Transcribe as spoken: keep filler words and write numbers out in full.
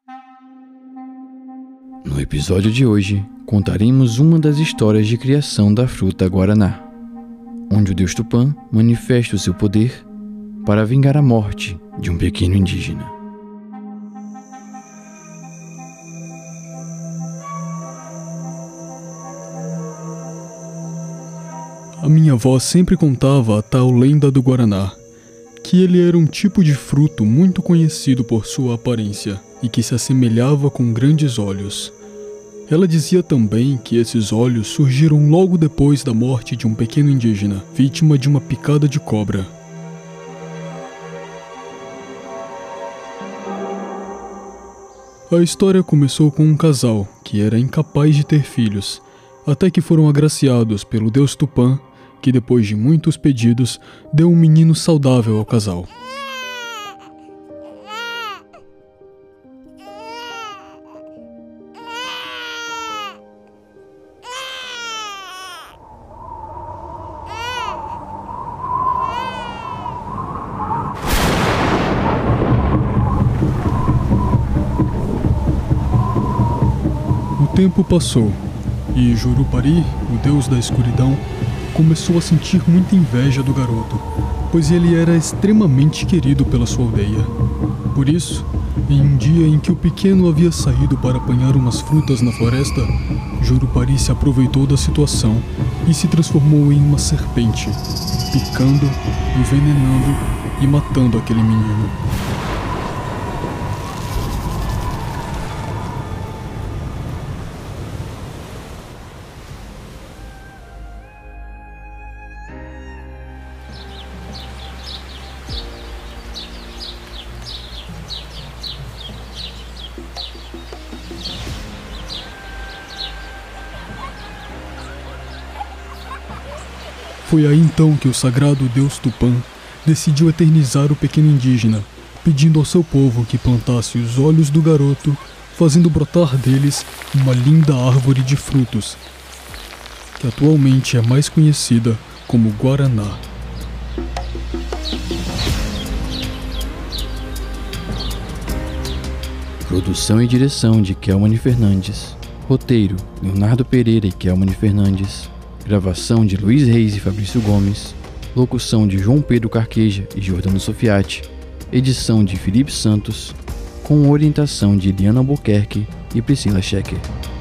No episódio de hoje, contaremos uma das histórias de criação da fruta Guaraná, onde o deus Tupã manifesta o seu poder para vingar a morte de um pequeno indígena. A minha avó sempre contava a tal lenda do Guaraná, que ele era um tipo de fruto muito conhecido por sua aparência e que se assemelhava com grandes olhos. Ela dizia também que esses olhos surgiram logo depois da morte de um pequeno indígena, vítima de uma picada de cobra. A história começou com um casal que era incapaz de ter filhos, até que foram agraciados pelo deus Tupã, que depois de muitos pedidos, deu um menino saudável ao casal. O tempo passou, e Jurupari, o deus da escuridão, começou a sentir muita inveja do garoto, pois ele era extremamente querido pela sua aldeia. Por isso, em um dia em que o pequeno havia saído para apanhar umas frutas na floresta, Jurupari se aproveitou da situação e se transformou em uma serpente, picando, envenenando e matando aquele menino. Foi aí então que o sagrado deus Tupã decidiu eternizar o pequeno indígena, pedindo ao seu povo que plantasse os olhos do garoto, fazendo brotar deles uma linda árvore de frutos, que atualmente é mais conhecida como Guaraná. Produção e direção de Kelmane Fernandes. Roteiro, Leonardo Pereira e Kelmane Fernandes. Gravação de Luiz Reis e Fabrício Gomes. Locução de João Pedro Carqueja e Jordano Sofiati. Edição de Felipe Santos. Com orientação de Eliana Albuquerque e Priscila Schecker.